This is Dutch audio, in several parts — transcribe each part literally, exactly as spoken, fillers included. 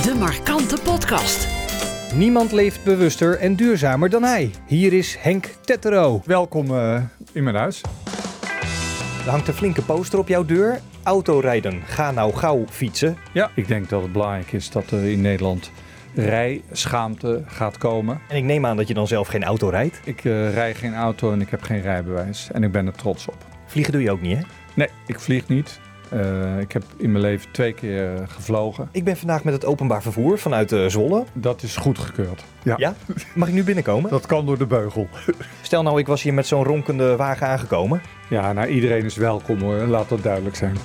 De Markante Podcast. Niemand leeft bewuster en duurzamer dan hij. Hier is Henk Tettero. Welkom uh, in mijn huis. Er hangt een flinke poster op jouw deur. Autorijden, ga nou gauw fietsen. Ja, ik denk dat het belangrijk is dat er in Nederland rijschaamte gaat komen. En ik neem aan dat je dan zelf geen auto rijdt. Ik uh, rij geen auto en ik heb geen rijbewijs. En ik ben er trots op. Vliegen doe je ook niet, hè? Nee, ik vlieg niet. Uh, ik heb in mijn leven twee keer uh, gevlogen. Ik ben vandaag met het openbaar vervoer vanuit uh, Zwolle. Dat is goedgekeurd. Ja. ja? Mag ik nu binnenkomen? Dat kan door de beugel. Stel nou, ik was hier met zo'n ronkende wagen aangekomen. Ja, nou iedereen is welkom hoor. Laat dat duidelijk zijn.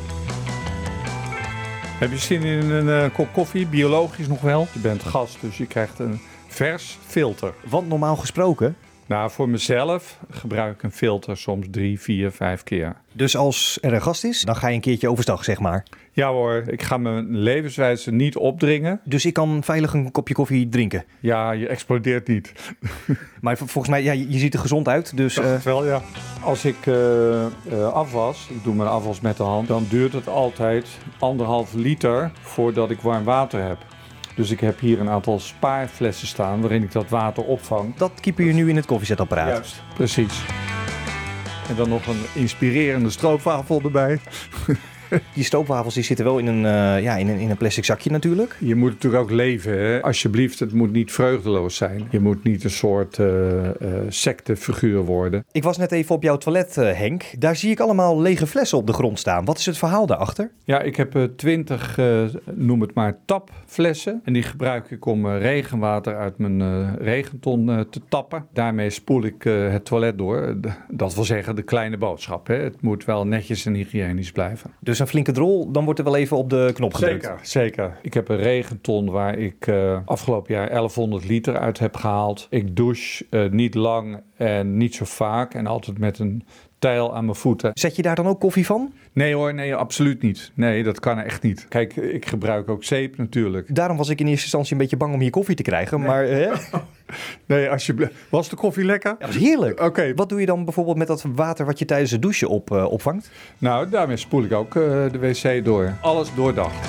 Heb je zin in een uh, kop koffie? Biologisch nog wel. Je bent gast, dus je krijgt een vers filter. Want normaal gesproken... Nou, voor mezelf gebruik ik een filter soms drie, vier, vijf keer. Dus als er een gast is, dan ga je een keertje overstag, zeg maar? Ja hoor, ik ga mijn levenswijze niet opdringen. Dus ik kan veilig een kopje koffie drinken? Ja, je explodeert niet. Maar volgens mij, ja, je ziet er gezond uit, dus... Uh... wel, ja. Als ik uh, uh, afwas, ik doe mijn afwas met de hand, dan duurt het altijd anderhalf liter voordat ik warm water heb. Dus ik heb hier een aantal spaarflessen staan waarin ik dat water opvang. Dat kieper je nu in het koffiezetapparaat. Juist, precies. En dan nog een inspirerende stroopwafel erbij. Die stroopwafels die zitten wel in een, uh, ja, in, een, in een plastic zakje natuurlijk. Je moet natuurlijk ook leven, hè? Alsjeblieft, het moet niet vreugdeloos zijn. Je moet niet een soort uh, uh, sectefiguur worden. Ik was net even op jouw toilet, uh, Henk. Daar zie ik allemaal lege flessen op de grond staan. Wat is het verhaal daarachter? Ja, ik heb uh, twintig, uh, noem het maar, tapflessen. En die gebruik ik om uh, regenwater uit mijn uh, regenton uh, te tappen. Daarmee spoel ik uh, het toilet door. De, dat wil zeggen de kleine boodschap, hè? Het moet wel netjes en hygiënisch blijven. Dus een flinke drol, dan wordt er wel even op de knop gedrukt. Zeker, zeker. Ik heb een regenton waar ik uh, afgelopen jaar elfhonderd liter uit heb gehaald. Ik douche uh, niet lang en niet zo vaak en altijd met een tijl aan mijn voeten. Zet je daar dan ook koffie van? Nee hoor, nee, absoluut niet. Nee, dat kan echt niet. Kijk, ik gebruik ook zeep natuurlijk. Daarom was ik in eerste instantie een beetje bang om hier koffie te krijgen, nee. maar... Hè? Nee, alsjeblieft. Was de koffie lekker? Ja, dat is heerlijk. Oké. Okay. Wat doe je dan bijvoorbeeld met dat water wat je tijdens het douchen op, uh, opvangt? Nou, daarmee spoel ik ook uh, de wc door. Alles doordacht.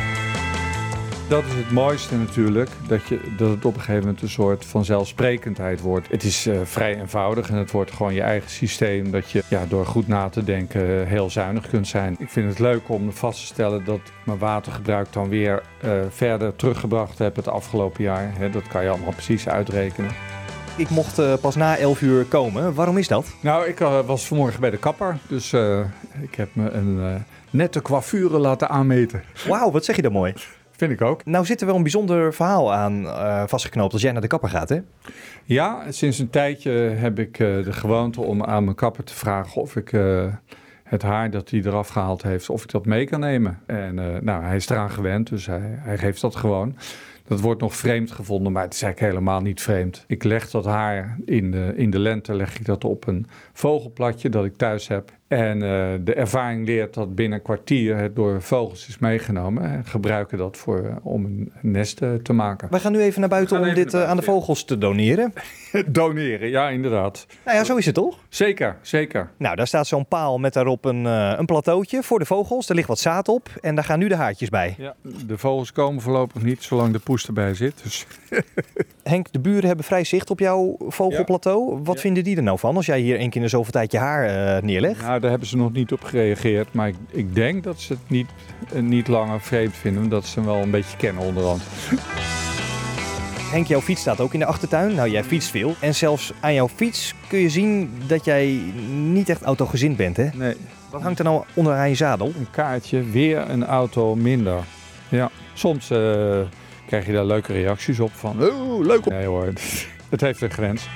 Dat is het mooiste natuurlijk, dat, je, dat het op een gegeven moment een soort vanzelfsprekendheid wordt. Het is uh, vrij eenvoudig en het wordt gewoon je eigen systeem dat je ja, door goed na te denken heel zuinig kunt zijn. Ik vind het leuk om vast te stellen dat ik mijn watergebruik dan weer uh, verder teruggebracht heb het afgelopen jaar. He, dat kan je allemaal precies uitrekenen. Ik mocht uh, pas na elf uur komen. Waarom is dat? Nou, ik uh, was vanmorgen bij de kapper, dus uh, ik heb me een uh, nette coiffure laten aanmeten. Wauw, wat zeg je dan mooi. Vind ik ook. Nou zit er wel een bijzonder verhaal aan uh, vastgeknoopt als jij naar de kapper gaat, hè? Ja, sinds een tijdje heb ik uh, de gewoonte om aan mijn kapper te vragen of ik uh, het haar dat hij eraf gehaald heeft, of ik dat mee kan nemen. En uh, nou, hij is eraan gewend, dus hij, hij geeft dat gewoon. Dat wordt nog vreemd gevonden, maar het is eigenlijk helemaal niet vreemd. Ik leg dat haar in de, in de lente, leg ik dat op een vogelplatje dat ik thuis heb. En uh, de ervaring leert dat binnen een kwartier het door vogels is meegenomen. En gebruiken dat voor, uh, om een nest uh, te maken. Wij gaan nu even naar buiten om dit uh, aan de vogels te doneren. Doneren, ja inderdaad. Nou ja, zo is het toch? Zeker, zeker. Nou, daar staat zo'n paal met daarop een, uh, een plateautje voor de vogels. Er ligt wat zaad op en daar gaan nu de haartjes bij. Ja, de vogels komen voorlopig niet, zolang de poes erbij zit. Dus. Henk, de buren hebben vrij zicht op jouw vogelplateau. Wat ja. vinden die er nou van als jij hier één keer in zoveel tijd je haar uh, neerlegt? Nou, daar hebben ze nog niet op gereageerd. Maar ik, ik denk dat ze het niet, uh, niet langer vreemd vinden. Omdat ze hem wel een beetje kennen onderhand. Henk, jouw fiets staat ook in de achtertuin. Nou, jij fietst veel. En zelfs aan jouw fiets kun je zien dat jij niet echt autogezind bent, hè? Nee. Wat hangt er nou onderaan je zadel? Een kaartje, weer een auto minder. Ja, soms uh, krijg je daar leuke reacties op van... Oh, leuk op. Nee hoor, het heeft een grens.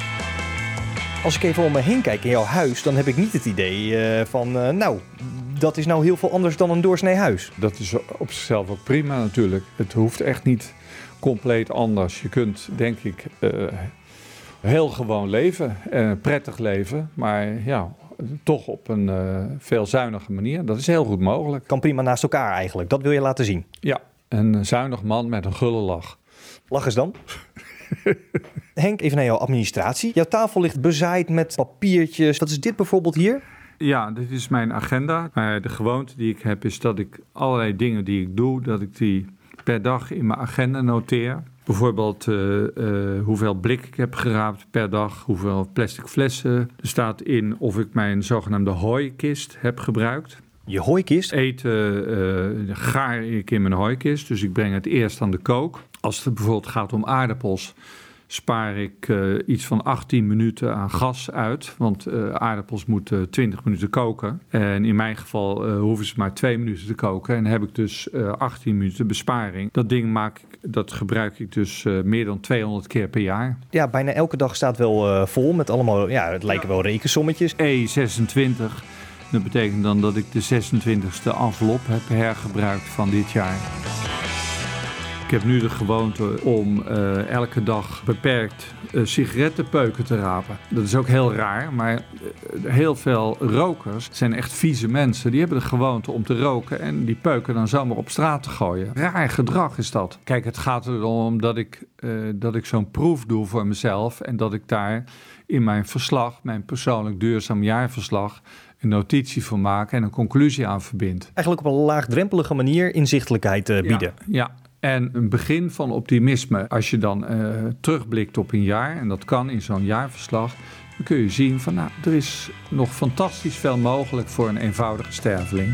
Als ik even om me heen kijk in jouw huis, dan heb ik niet het idee uh, van... Uh, nou, dat is nou heel veel anders dan een doorsnee huis. Dat is op zichzelf ook prima natuurlijk. Het hoeft echt niet compleet anders. Je kunt, denk ik, uh, heel gewoon leven. Uh, prettig leven, maar ja... toch op een uh, veel zuinige manier. Dat is heel goed mogelijk. Kan prima naast elkaar eigenlijk. Dat wil je laten zien. Ja, een zuinig man met een gulle lach. Lach eens dan. Henk, even naar jouw administratie. Jouw tafel ligt bezaaid met papiertjes. Wat is dit bijvoorbeeld hier? Ja, dit is mijn agenda. Maar de gewoonte die ik heb is dat ik allerlei dingen die ik doe, dat ik die per dag in mijn agenda noteer. Bijvoorbeeld uh, uh, hoeveel blik ik heb geraapt per dag, hoeveel plastic flessen. Er staat in of ik mijn zogenaamde hooikist heb gebruikt. Je hooikist? Eten uh, gaar ik in mijn hooikist, dus ik breng het eerst aan de kook. Als het bijvoorbeeld gaat om aardappels, spaar ik uh, iets van achttien minuten aan gas uit. Want uh, aardappels moeten twintig minuten koken. En in mijn geval uh, hoeven ze maar twee minuten te koken. En dan heb ik dus uh, achttien minuten besparing. Dat ding maak ik, dat gebruik ik dus uh, meer dan tweehonderd keer per jaar. Ja, bijna elke dag staat wel uh, vol met allemaal, ja, het lijken wel rekensommetjes. E zesentwintig, dat betekent dan dat ik de zesentwintigste envelop heb hergebruikt van dit jaar. Ik heb nu de gewoonte om uh, elke dag beperkt uh, sigarettenpeuken te rapen. Dat is ook heel raar, maar uh, heel veel rokers zijn echt vieze mensen. Die hebben de gewoonte om te roken en die peuken dan zomaar op straat te gooien. Raar gedrag is dat. Kijk, het gaat erom dat ik, uh, dat ik zo'n proef doe voor mezelf en dat ik daar in mijn verslag, mijn persoonlijk duurzaam jaarverslag, een notitie van maak en een conclusie aan verbind. Eigenlijk op een laagdrempelige manier inzichtelijkheid uh, bieden. Ja, ja. En een begin van optimisme. Als je dan uh, terugblikt op een jaar, en dat kan in zo'n jaarverslag, dan kun je zien van, nou, er is nog fantastisch veel mogelijk voor een eenvoudige sterveling.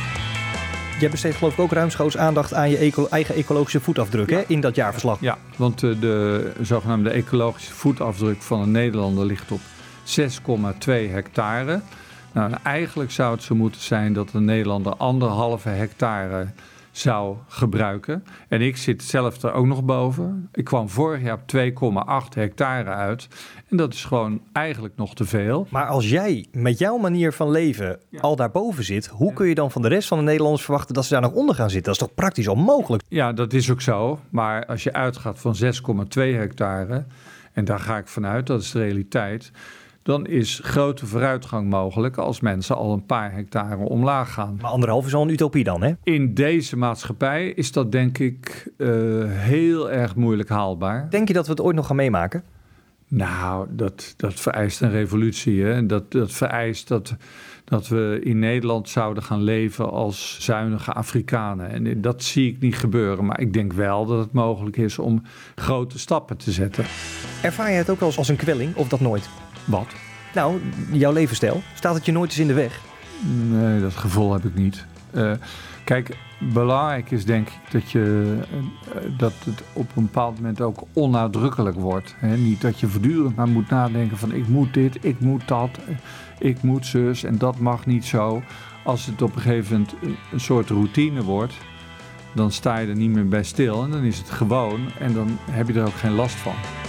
Jij besteedt geloof ik ook ruimschoots aandacht aan je eco- eigen ecologische voetafdruk, ja, hè, in dat jaarverslag. Ja, want uh, de zogenaamde ecologische voetafdruk van een Nederlander ligt op zes komma twee hectare. Nou, eigenlijk zou het zo moeten zijn dat een Nederlander anderhalve hectare zou gebruiken. En ik zit zelf er ook nog boven. Ik kwam vorig jaar op twee komma acht hectare uit. En dat is gewoon eigenlijk nog te veel. Maar als jij met jouw manier van leven ja. al daarboven zit, hoe ja. kun je dan van de rest van de Nederlanders verwachten dat ze daar nog onder gaan zitten? Dat is toch praktisch onmogelijk? Ja, dat is ook zo. Maar als je uitgaat van zes komma twee hectare, en daar ga ik vanuit, dat is de realiteit, dan is grote vooruitgang mogelijk als mensen al een paar hectare omlaag gaan. Maar anderhalf is al een utopie dan, hè? In deze maatschappij is dat denk ik uh, heel erg moeilijk haalbaar. Denk je dat we het ooit nog gaan meemaken? Nou, dat, dat vereist een revolutie. Hè? Dat, dat vereist dat, dat we in Nederland zouden gaan leven als zuinige Afrikanen. En dat zie ik niet gebeuren. Maar ik denk wel dat het mogelijk is om grote stappen te zetten. Ervaar je het ook wel eens als een kwelling of dat nooit? Wat? Nou, jouw levensstijl. Staat het je nooit eens in de weg? Nee, dat gevoel heb ik niet. Uh, kijk, belangrijk is denk ik dat, je, uh, dat het op een bepaald moment ook onnadrukkelijk wordt. Hè? Niet dat je voortdurend maar moet nadenken van ik moet dit, ik moet dat, ik moet zus en dat mag niet zo. Als het op een gegeven moment een soort routine wordt, dan sta je er niet meer bij stil en dan is het gewoon en dan heb je er ook geen last van.